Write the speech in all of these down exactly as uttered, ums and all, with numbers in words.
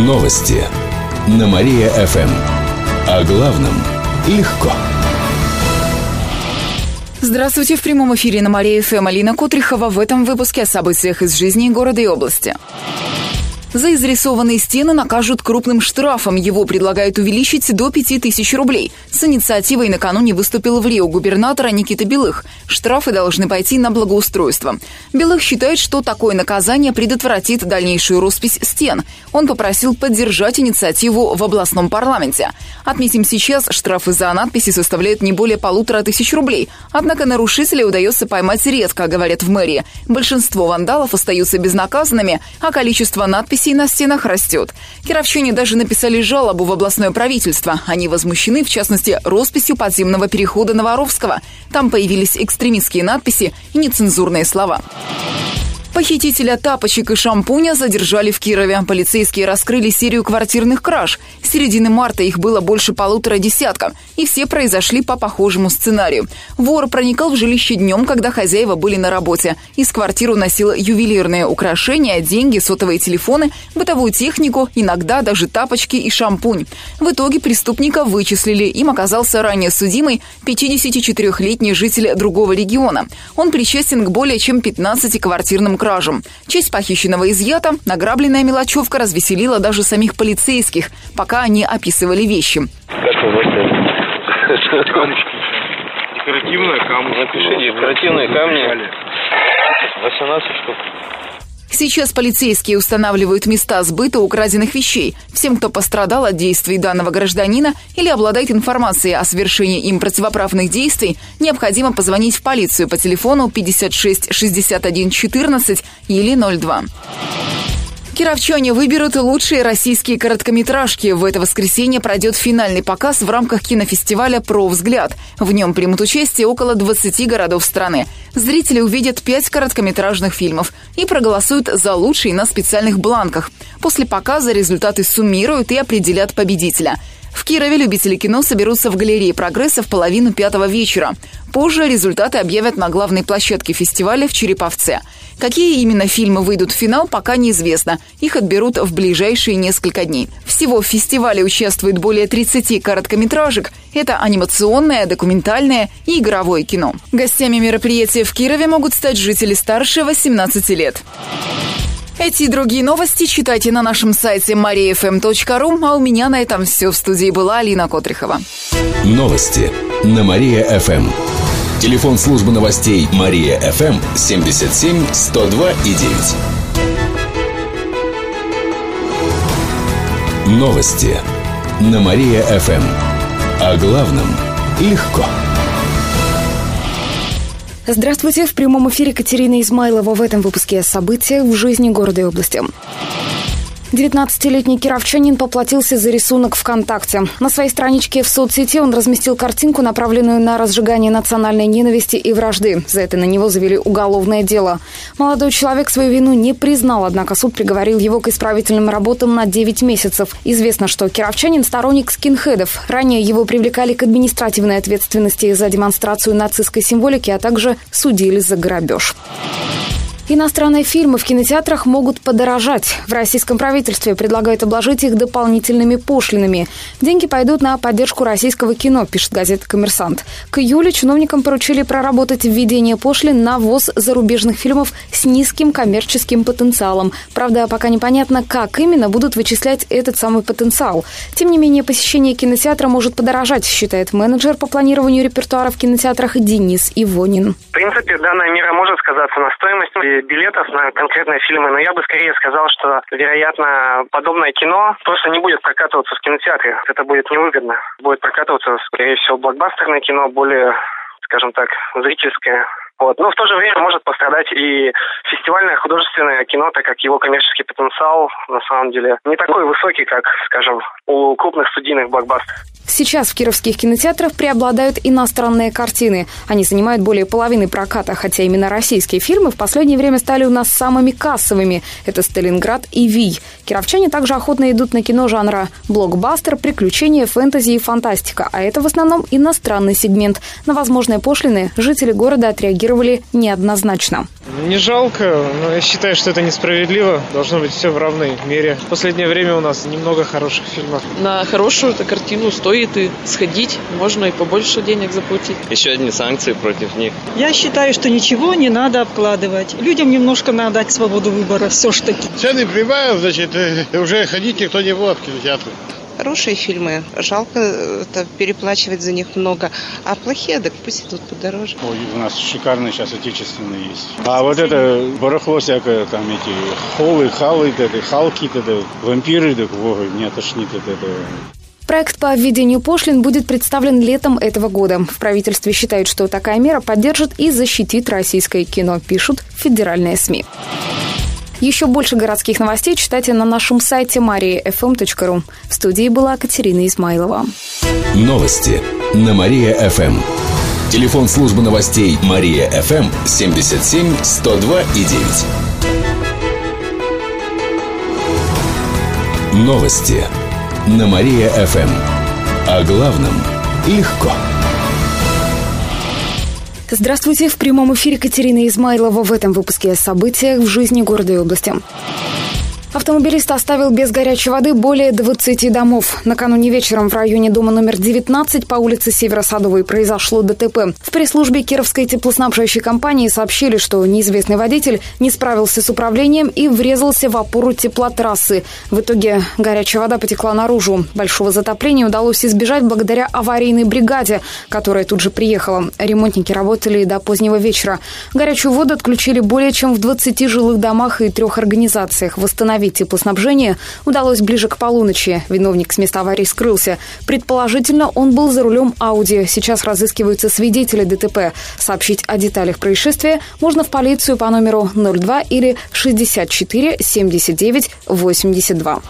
Новости на Мария-ФМ. О главном легко. Здравствуйте, в прямом эфире на Мария-ФМ Алина Котрихова. В этом выпуске о событиях из жизни города и области. За изрисованные стены накажут крупным штрафом. Его предлагают увеличить до пяти тысяч рублей. С инициативой накануне выступил в Рио губернатора Никита Белых. Штрафы должны пойти на благоустройство. Белых считает, что такое наказание предотвратит дальнейшую роспись стен. Он попросил поддержать инициативу в областном парламенте. Отметим, сейчас штрафы за надписи составляют не более полутора тысяч рублей. Однако нарушителей удается поймать редко, говорят в мэрии. Большинство вандалов остаются безнаказанными, а количество надписей на стенах растет. Кировчане даже написали жалобу в областное правительство. Они возмущены, в частности, росписью подземного перехода Новоровского. Там появились экстремистские надписи и нецензурные слова. Похитителя тапочек и шампуня задержали в Кирове. Полицейские раскрыли серию квартирных краж. С середины марта их было больше полутора десятка. И все произошли по похожему сценарию. Вор проникал в жилище днем, когда хозяева были на работе. Из квартиры уносил ювелирные украшения, деньги, сотовые телефоны, бытовую технику, иногда даже тапочки и шампунь. В итоге преступника вычислили. Им оказался ранее судимый пятидесятичетырёхлетний житель другого региона. Он причастен к более чем пятнадцати квартирным кражам. Часть похищенного изъята, награбленная мелочевка развеселила даже самих полицейских, пока они описывали вещи. Декоративные камни. Напиши декоративные камни. восемнадцать штук. Сейчас полицейские устанавливают места сбыта украденных вещей. Всем, кто пострадал от действий данного гражданина или обладает информацией о совершении им противоправных действий, необходимо позвонить в полицию по телефону пятьдесят шесть шестьдесят один четырнадцать или ноль два. Кировчане выберут лучшие российские короткометражки. В это воскресенье пройдет финальный показ в рамках кинофестиваля «Про взгляд». В нем примут участие около двадцати городов страны. Зрители увидят пять короткометражных фильмов и проголосуют за лучшие на специальных бланках. После показа результаты суммируют и определят победителя. В Кирове любители кино соберутся в галерее «Прогресса» в половину пятого вечера. Позже результаты объявят на главной площадке фестиваля в Череповце. Какие именно фильмы выйдут в финал, пока неизвестно. Их отберут в ближайшие несколько дней. Всего в фестивале участвует более тридцати короткометражек. Это анимационное, документальное и игровое кино. Гостями мероприятия в Кирове могут стать жители старше восемнадцати лет. Эти и другие новости читайте на нашем сайте мария эф эм точка ру. А у меня на этом все. В студии была Алина Котрихова. Новости на Мария-ФМ. Телефон службы новостей Мария-ФМ семьдесят семь сто два и девять. Новости на Мария-ФМ. О главном легко. Здравствуйте, в прямом эфире Катерина Измайлова. В этом выпуске о событиях в жизни города и области. девятнадцатилетний кировчанин поплатился за рисунок ВКонтакте. На своей страничке в соцсети он разместил картинку, направленную на разжигание национальной ненависти и вражды. За это на него завели уголовное дело. Молодой человек свою вину не признал, однако суд приговорил его к исправительным работам на девять месяцев. Известно, что кировчанин сторонник скинхедов. Ранее его привлекали к административной ответственности за демонстрацию нацистской символики, а также судили за грабеж. Иностранные фильмы в кинотеатрах могут подорожать. В российском правительстве предлагают обложить их дополнительными пошлинами. Деньги пойдут на поддержку российского кино, пишет газета «Коммерсант». К июлю чиновникам поручили проработать введение пошлин на ввоз зарубежных фильмов с низким коммерческим потенциалом. Правда, пока непонятно, как именно будут вычислять этот самый потенциал. Тем не менее, посещение кинотеатра может подорожать, считает менеджер по планированию репертуара в кинотеатрах Денис Ивонин. В принципе, данная мера может сказаться на стоимости билетов на конкретные фильмы, но я бы скорее сказал, что, вероятно, подобное кино просто не будет прокатываться в кинотеатре. Это будет невыгодно. Будет прокатываться, скорее всего, блокбастерное кино, более, скажем так, зрительское. Вот. Но в то же время может пострадать и фестивальное художественное кино, так как его коммерческий потенциал, на самом деле, не такой высокий, как, скажем, у крупных студийных блокбастеров. Сейчас в кировских кинотеатрах преобладают иностранные картины. Они занимают более половины проката, хотя именно российские фильмы в последнее время стали у нас самыми кассовыми. Это «Сталинград» и «Вий». Кировчане также охотно идут на кино жанра блокбастер, приключения, фэнтези и фантастика. А это в основном иностранный сегмент. На возможные пошлины жители города отреагировали отреагировали неоднозначно. Не жалко, но я считаю, что это несправедливо. Должно быть все в равной мере. В последнее время у нас немного хороших фильмов. На хорошую эту картину стоит и сходить. Можно и побольше денег заплатить. Еще одни санкции против них. Я считаю, что ничего не надо обкладывать. Людям немножко надо дать свободу выбора, все ж таки. Цены прибавят, значит, уже ходить никто не будет в кинотеатр. Хорошие фильмы. Жалко это переплачивать за них много. А плохие, так пусть идут подороже. Ой, у нас шикарные сейчас отечественные есть. А вот это барахло всякое, там эти холлы, халы, это, халки, это, вампиры, так, во, не отошнит от этого. Проект по введению пошлин будет представлен летом этого года. В правительстве считают, что такая мера поддержит и защитит российское кино, пишут федеральные СМИ. Еще больше городских новостей читайте на нашем сайте мария эф эм точка ру. В студии была Катерина Измайлова. Новости на Мария-ФМ. Телефон службы новостей Мария-ФМ семьдесят семь сто два и девять. Новости на Мария-ФМ. О главном легко. Здравствуйте, в прямом эфире Катерина Измайлова. В этом выпуске о событиях в жизни города и области. Автомобилист оставил без горячей воды более двадцати домов. Накануне вечером в районе дома номер девятнадцать по улице Северо-Садовой произошло ДТП. В пресс-службе Кировской теплоснабжающей компании сообщили, что неизвестный водитель не справился с управлением и врезался в опору теплотрассы. В итоге горячая вода потекла наружу. Большого затопления удалось избежать благодаря аварийной бригаде, которая тут же приехала. Ремонтники работали до позднего вечера. Горячую воду отключили более чем в двадцати жилых домах и трех организациях. Восстановить теплоснабжение удалось ближе к полуночи. Виновник с места аварии скрылся. Предположительно, он был за рулем Ауди. Сейчас разыскиваются свидетели ДТП. Сообщить о деталях происшествия можно в полицию по номеру ноль два или шестьдесят четыре семьдесят девять восемьдесят два.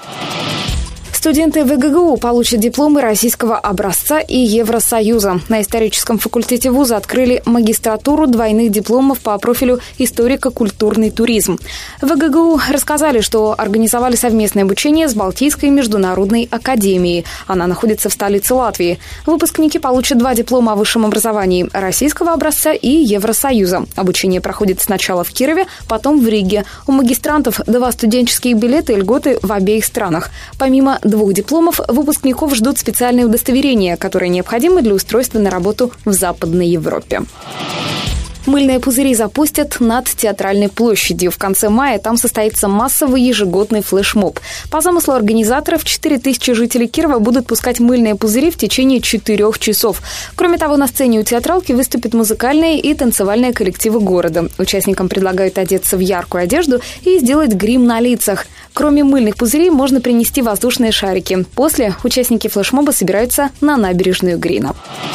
Студенты вэ гэ гэ у получат дипломы российского образца и Евросоюза. На историческом факультете вуза открыли магистратуру двойных дипломов по профилю историко-культурный туризм. В вэ гэ гэ у рассказали, что организовали совместное обучение с Балтийской международной академией. Она находится в столице Латвии. Выпускники получат два диплома о высшем образовании российского образца и Евросоюза. Обучение проходит сначала в Кирове, потом в Риге. У магистрантов два студенческие билеты и льготы в обеих странах. Помимо двух дипломов выпускников ждут специальные удостоверения, которые необходимы для устройства на работу в Западной Европе. Мыльные пузыри запустят над Театральной площадью. В конце мая там состоится массовый ежегодный флешмоб. По замыслу организаторов, четыре тысячи жителей Кирова будут пускать мыльные пузыри в течение четырех часов. Кроме того, на сцене у театралки выступят музыкальные и танцевальные коллективы города. Участникам предлагают одеться в яркую одежду и сделать грим на лицах. Кроме мыльных пузырей, можно принести воздушные шарики. После участники флешмоба собираются на набережную Грина.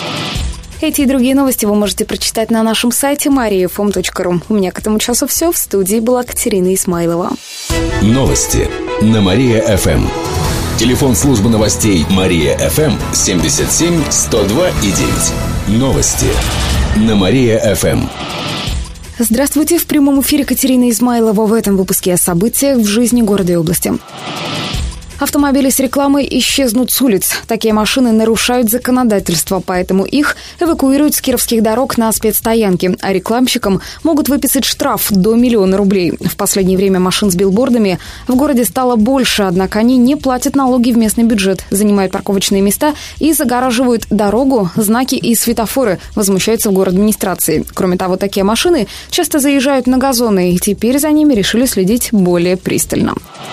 Эти и другие новости вы можете прочитать на нашем сайте мария эф эм точка ру. У меня к этому часу все. В студии была Катерина Исмайлова. Новости на Мария-ФМ. Телефон службы новостей Мария-ФМ семьдесят семь сто два и девять. Новости на Мария-ФМ. Здравствуйте, в прямом эфире Катерина Измайлова. В этом выпуске о событиях в жизни города и области. Автомобили с рекламой исчезнут с улиц. Такие машины нарушают законодательство, поэтому их эвакуируют с кировских дорог на спецстоянки, а рекламщикам могут выписать штраф до миллиона рублей. В последнее время машин с билбордами в городе стало больше, однако они не платят налоги в местный бюджет, занимают парковочные места и загораживают дорогу, знаки и светофоры, возмущаются в город администрации. Кроме того, такие машины часто заезжают на газоны, и теперь за ними решили следить более пристально.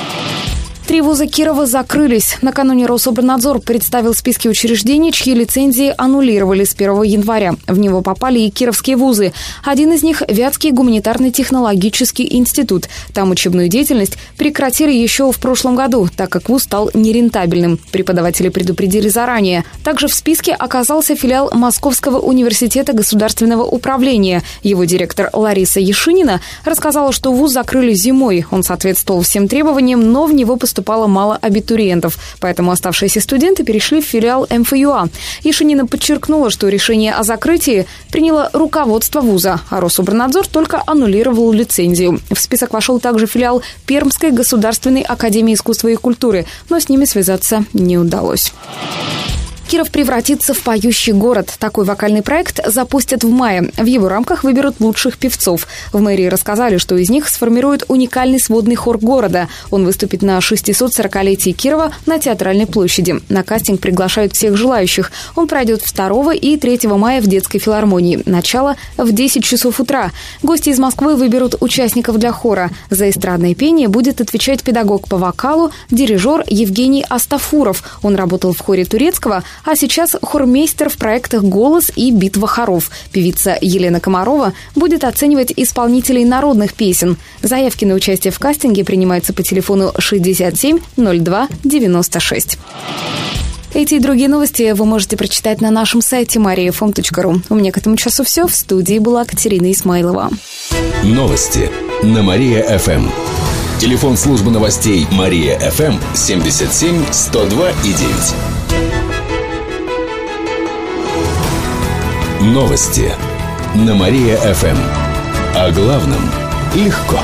Три вуза Кирова закрылись. Накануне Рособорнадзор представил списки учреждений, чьи лицензии аннулировали с первого января. В него попали и кировские вузы. Один из них – Вятский гуманитарный технологический институт. Там учебную деятельность прекратили еще в прошлом году, так как вуз стал нерентабельным. Преподаватели предупредили заранее. Также в списке оказался филиал Московского университета государственного управления. Его директор Лариса Ешинина рассказала, что вуз закрыли зимой. Он соответствовал всем требованиям, но в него поступили поступало мало абитуриентов, поэтому оставшиеся студенты перешли в филиал эм эф ю а. Ешинина подчеркнула, что решение о закрытии приняло руководство вуза, а Рособорнадзор только аннулировал лицензию. В список вошел также филиал Пермской государственной академии искусства и культуры, но с ними связаться не удалось. Киров превратится в поющий город. Такой вокальный проект запустят в мае. В его рамках выберут лучших певцов. В мэрии рассказали, что из них сформируют уникальный сводный хор города. Он выступит на шестисотсорокалетии Кирова на Театральной площади. На кастинг приглашают всех желающих. Он пройдет второго и третьего мая в Детской филармонии. Начало в десять часов утра. Гости из Москвы выберут участников для хора. За эстрадное пение будет отвечать педагог по вокалу, дирижер Евгений Астафуров. Он работал в хоре Турецкого, а сейчас хормейстер в проектах «Голос» и «Битва хоров». Певица Елена Комарова будет оценивать исполнителей народных песен. Заявки на участие в кастинге принимаются по телефону шестьдесят семь ноль два девяносто шесть. Эти и другие новости вы можете прочитать на нашем сайте мария эф эм точка ру. У меня к этому часу все. В студии была Катерина Исмайлова. Новости на Мария-ФМ. Телефон службы новостей Мария-ФМ семьдесят семь сто два и девять. Новости на Мария-ФМ. О главном легко.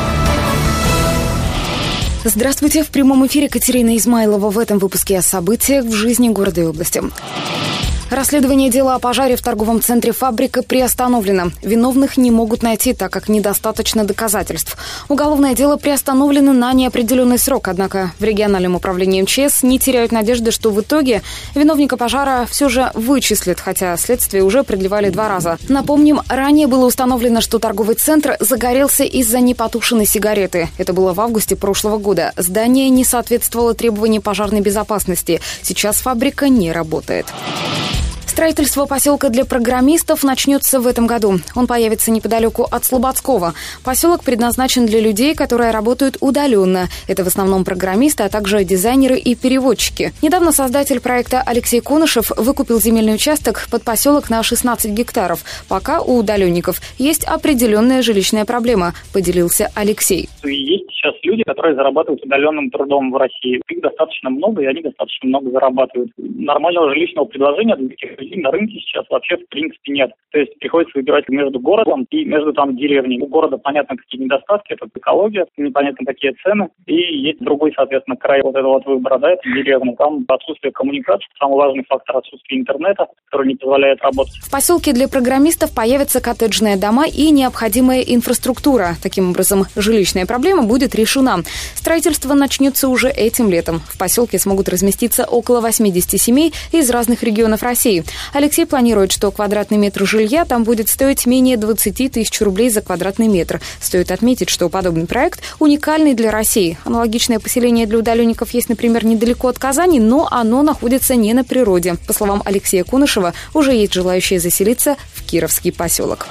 Здравствуйте. В прямом эфире Катерина Измайлова. В этом выпуске о событиях в жизни города и области. Расследование дела о пожаре в торговом центре «Фабрика» приостановлено. Виновных не могут найти, так как недостаточно доказательств. Уголовное дело приостановлено на неопределенный срок, однако в региональном управлении эм че эс не теряют надежды, что в итоге виновника пожара все же вычислят, хотя следствие уже продлевали два раза. Напомним, ранее было установлено, что торговый центр загорелся из-за непотушенной сигареты. Это было в августе прошлого года. Здание не соответствовало требованиям пожарной безопасности. Сейчас фабрика не работает. Строительство поселка для программистов начнется в этом году. Он появится неподалеку от Слободского. Поселок предназначен для людей, которые работают удаленно. Это в основном программисты, а также дизайнеры и переводчики. Недавно создатель проекта Алексей Конышев выкупил земельный участок под поселок на шестнадцать гектаров. Пока у удаленников есть определенная жилищная проблема, поделился Алексей. Есть сейчас люди, которые зарабатывают удаленным трудом в России. Их достаточно много, и они достаточно много зарабатывают. Нормального жилищного предложения для таких людей на рынке сейчас вообще в принципе нет. То есть приходится выбирать между городом и между там деревней. У города понятно какие недостатки, это экология, непонятно какие цены. И есть другой, соответственно, край вот этого вот выбора, да, это деревня. Там отсутствие коммуникации, самый важный фактор отсутствие интернета, который не позволяет работать. В поселке для программистов появятся коттеджные дома и необходимая инфраструктура. Таким образом, жилищная проблема будет решена. Строительство начнется уже этим летом. В поселке смогут разместиться около восемьдесят семей из разных регионов России. Алексей планирует, что квадратный метр жилья там будет стоить менее двадцать тысяч рублей за квадратный метр. Стоит отметить, что подобный проект уникальный для России. Аналогичное поселение для удаленников есть, например, недалеко от Казани, но оно находится не на природе. По словам Алексея Конышева, уже есть желающие заселиться в Кировский поселок.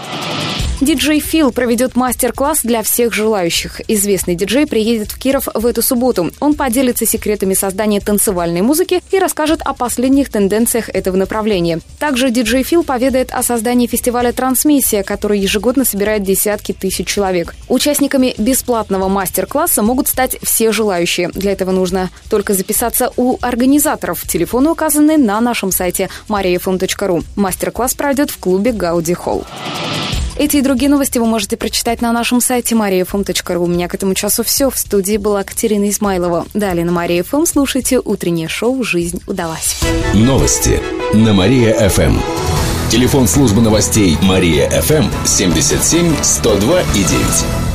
Диджей Фил проведет мастер-класс для всех желающих. Известный диджей приедет в Киров в эту субботу. Он поделится секретами создания танцевальной музыки и расскажет о последних тенденциях этого направления. Также диджей Фил поведает о создании фестиваля «Трансмиссия», который ежегодно собирает десятки тысяч человек. Участниками бесплатного мастер-класса могут стать все желающие. Для этого нужно только записаться у организаторов. Телефоны указаны на нашем сайте мария эф эм точка ру. Мастер-класс пройдет в клубе «Гауди Холл». Эти и другие новости вы можете прочитать на нашем сайте мария эф эм точка ру. У меня к этому часу все. В студии была Катерина Измайлова. Далее на Мария-ФМ слушайте утреннее шоу «Жизнь удалась». Новости на Мария-ФМ. Телефон службы новостей Мария-ФМ семьдесят семь сто два и девять.